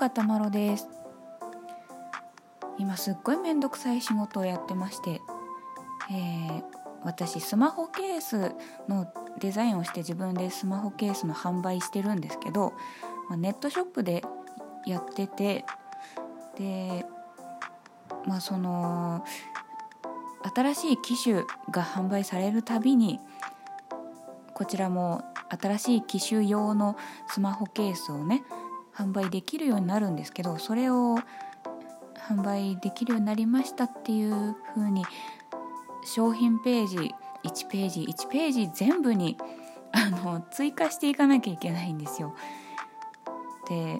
かたまろです。今すっごいめんどくさい仕事をやってまして、私スマホケースのデザインをして自分でスマホケースの販売してるんですけど、ネットショップでやってて、で、その新しい機種が販売されるたびにこちらも新しい機種用のスマホケースをね販売できるようになるんですけど、それを販売できるようになりましたっていう風に商品ページ1ページ1ページ全部に追加していかなきゃいけないんですよ。で、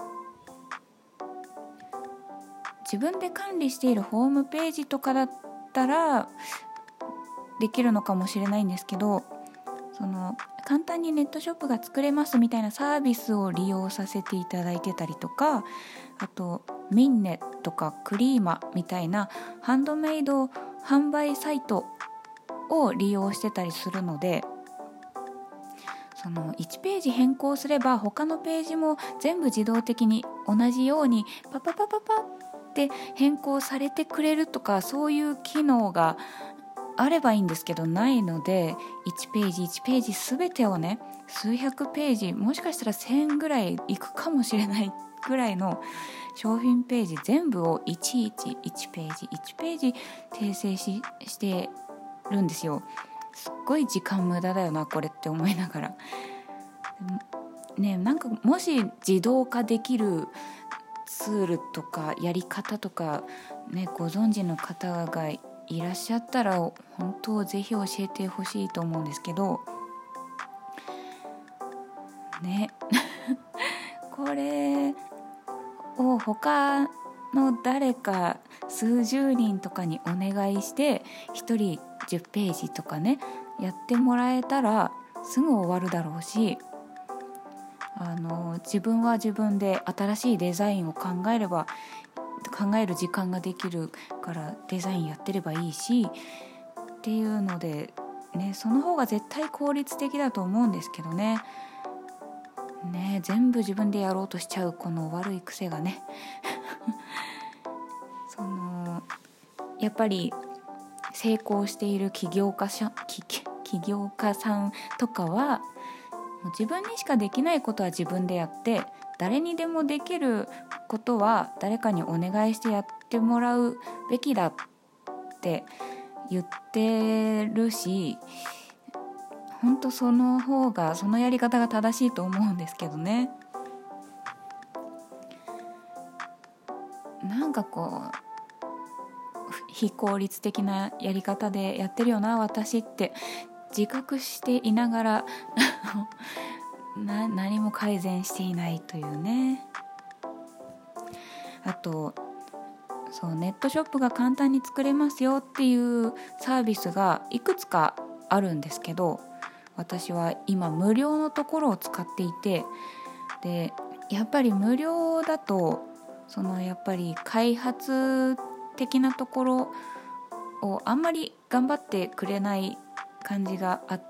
自分で管理しているホームページとかだったらできるのかもしれないんですけど、簡単にネットショップが作れますみたいなサービスを利用させていただいてたりとか、あとミンネとかクリーマみたいなハンドメイド販売サイトを利用してたりするので、その1ページ変更すれば他のページも全部自動的に同じようにパパパパパって変更されてくれるとか、そういう機能があればいいんですけどないので、1ページ1ページ全てをね、数百ページ、もしかしたら1000ぐらいいくかもしれないぐらいの商品ページ全部をいちいち1ページ1ページ訂正してるんですよ。すっごい時間無駄だよなこれって思いながらね、なんかもし自動化できるツールとかやり方とかね、ご存知の方がいらっしゃったら本当ぜひ教えてほしいと思うんですけどねこれを他の誰か数十人とかにお願いして1人10ページとかねやってもらえたらすぐ終わるだろうし、自分は自分で新しいデザインを考える時間ができるからデザインやってればいいしっていうのでね、その方が絶対効率的だと思うんですけどね。全部自分でやろうとしちゃうこの悪い癖がねやっぱり成功している起業家さんとかはもう自分にしかできないことは自分でやって、誰にでもできることは誰かにお願いしてやってもらうべきだって言ってるし、本当その方がそのやり方が正しいと思うんですけどね。なんか非効率的なやり方でやってるよな私って自覚していながら何も改善していないというね。あとネットショップが簡単に作れますよっていうサービスがいくつかあるんですけど、私は今無料のところを使っていて、でやっぱり無料だとやっぱり開発的なところをあんまり頑張ってくれない感じがあって、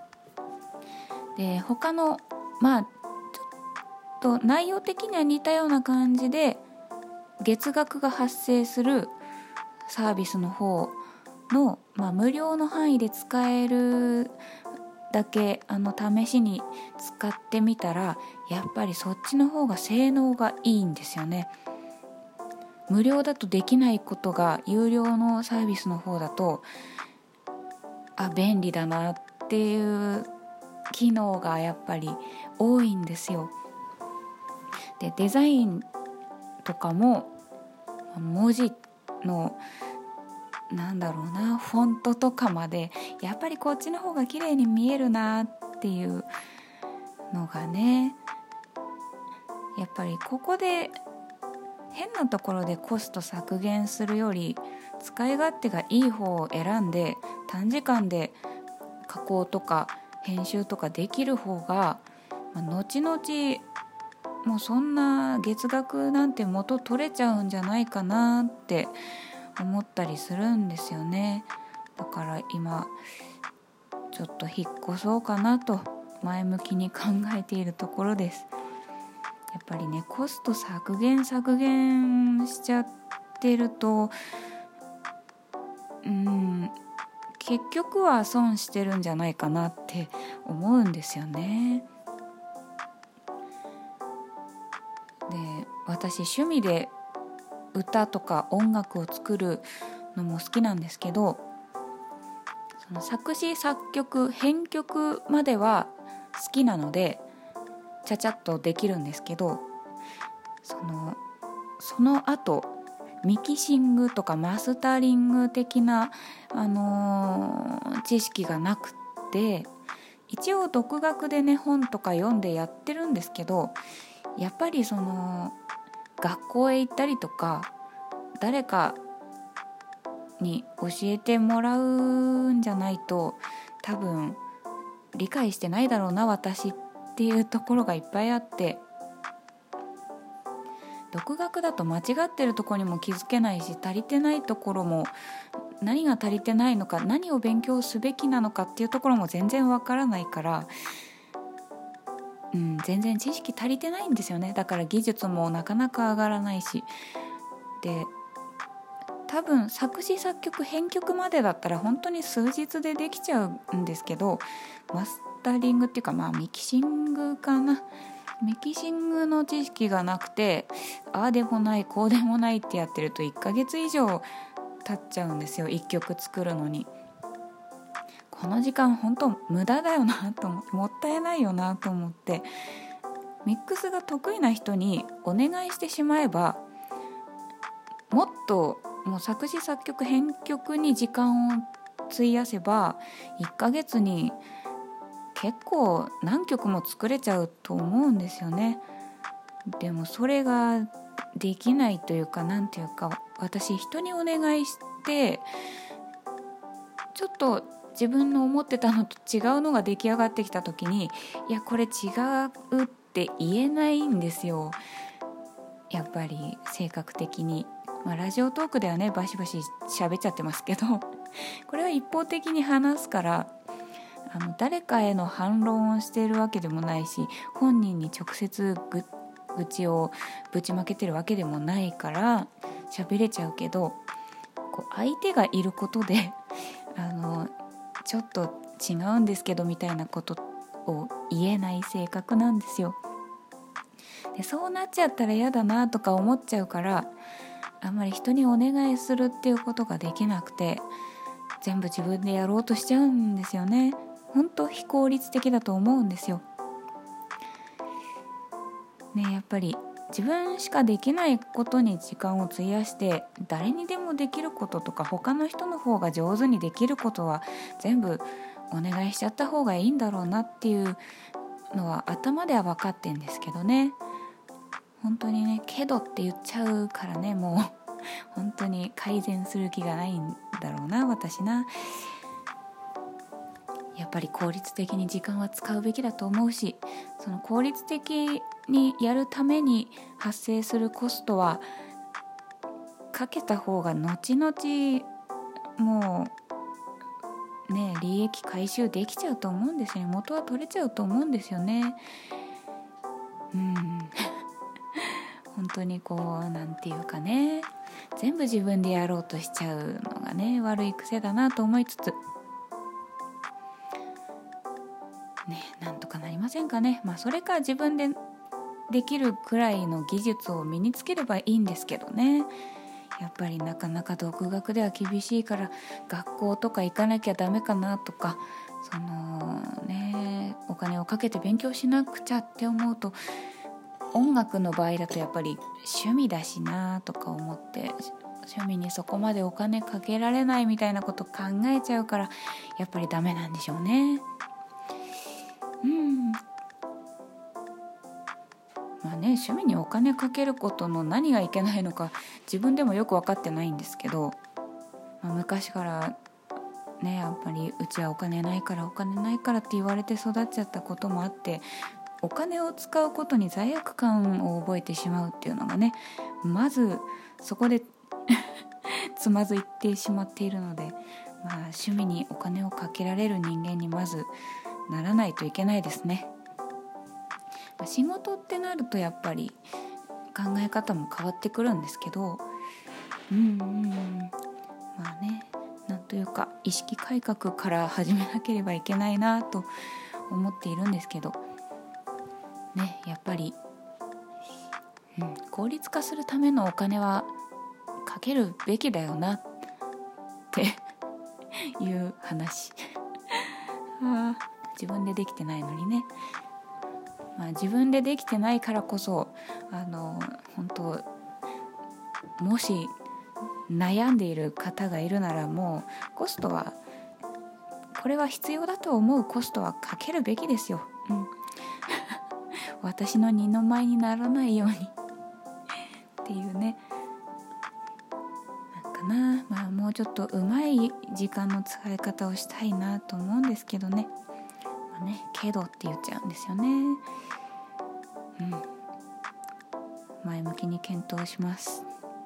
で他のちょっと内容的には似たような感じで月額が発生するサービスの方の、無料の範囲で使えるだけ試しに使ってみたら、やっぱりそっちの方が性能がいいんですよね。無料だとできないことが有料のサービスの方だと便利だなっていう機能がやっぱり多いんですよ。でデザインとかも文字のフォントとかまでやっぱりこっちの方が綺麗に見えるなっていうのがね、やっぱりここで変なところでコスト削減するより使い勝手がいい方を選んで短時間で加工とか編集とかできる方が、後々もうそんな月額なんて元取れちゃうんじゃないかなって思ったりするんですよね。だから今ちょっと引っ越そうかなと前向きに考えているところです。 やっぱりねコスト削減しちゃってると結局は損してるんじゃないかなって思うんですよね。で、私趣味で歌とか音楽を作るのも好きなんですけど、その作詞作曲編曲までは好きなのでちゃちゃっとできるんですけど、その後ミキシングとかマスタリング的な、知識がなくって、一応独学でね本とか読んでやってるんですけど、やっぱり学校へ行ったりとか誰かに教えてもらうんじゃないと多分理解してないだろうな私っていうところがいっぱいあって、独学だと間違ってるところにも気づけないし、足りてないところも何が足りてないのか、何を勉強すべきなのかっていうところも全然わからないから、全然知識足りてないんですよね。だから技術もなかなか上がらないし、で多分作詞作曲編曲までだったら本当に数日でできちゃうんですけど、マスタリングっていうかミキシングかな、ミキシングの知識がなくてああでもないこうでもないってやってると1ヶ月以上経っちゃうんですよ、1曲作るのに。この時間本当無駄だよなと思って、もったいないよなと思って、ミックスが得意な人にお願いしてしまえば、もっともう作詞作曲編曲に時間を費やせば1ヶ月に結構何曲も作れちゃうと思うんですよね。でもそれができないというか、なんていうか、私人にお願いしてちょっと自分の思ってたのと違うのが出来上がってきた時に、いやこれ違うって言えないんですよ、やっぱり性格的に。ラジオトークではねバシバシ喋っちゃってますけどこれは一方的に話すから、誰かへの反論をしているわけでもないし、本人に直接愚痴をぶちまけてるわけでもないから喋れちゃうけど、相手がいることでちょっと違うんですけどみたいなことを言えない性格なんですよ。でそうなっちゃったら嫌だなとか思っちゃうから、あんまり人にお願いするっていうことができなくて、全部自分でやろうとしちゃうんですよね。本当非効率的だと思うんですよね。やっぱり自分しかできないことに時間を費やして、誰にでもできることとか他の人の方が上手にできることは全部お願いしちゃった方がいいんだろうなっていうのは頭では分かってんですけどね。本当にねけどって言っちゃうからね、もう本当に改善する気がないんだろうな私な。やっぱり効率的に時間は使うべきだと思うし、その効率的にやるために発生するコストはかけた方が後々もうね利益回収できちゃうと思うんですよね。元は取れちゃうと思うんですよね。本当になんていうかね、全部自分でやろうとしちゃうのがね悪い癖だなと思いつつね、なんとかなりませんかね。それか自分でできるくらいの技術を身につければいいんですけどね。やっぱりなかなか独学では厳しいから学校とか行かなきゃダメかなとか、お金をかけて勉強しなくちゃって思うと、音楽の場合だとやっぱり趣味だしなとか思って、趣味にそこまでお金かけられないみたいなこと考えちゃうから、やっぱりダメなんでしょうね。趣味にお金かけることの何がいけないのか自分でもよく分かってないんですけど、昔からねやっぱりうちはお金ないからって言われて育っちゃったこともあって、お金を使うことに罪悪感を覚えてしまうっていうのがね、まずそこでつまずいてしまっているので、趣味にお金をかけられる人間にまずならないといけないですね。 仕事ってなるとやっぱり考え方も変わってくるんですけど、まあね、なんというか意識改革から始めなければいけないなと思っているんですけどね、やっぱり、効率化するためのお金はかけるべきだよなっていう話自分でできてないのにね、自分でできてないからこそ本当もし悩んでいる方がいるなら、もうコストはこれは必要だと思うコストはかけるべきですよ、私の二の舞にならないようにっていうね、なんかな、もうちょっとうまい時間の使い方をしたいなと思うんですけどね、けどって言っちゃうんですよね。前向きに検討します。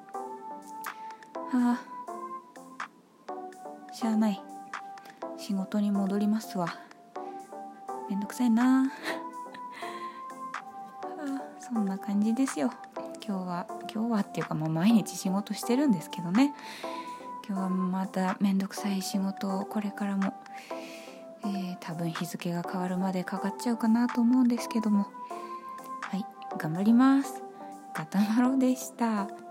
しゃあない、仕事に戻りますわ。めんどくさいなそんな感じですよ。今日はっていうか、もう毎日仕事してるんですけどね、今日はまためんどくさい仕事をこれからも、多分日付が変わるまでかかっちゃうかなと思うんですけども、頑張ります。ガタマロでした。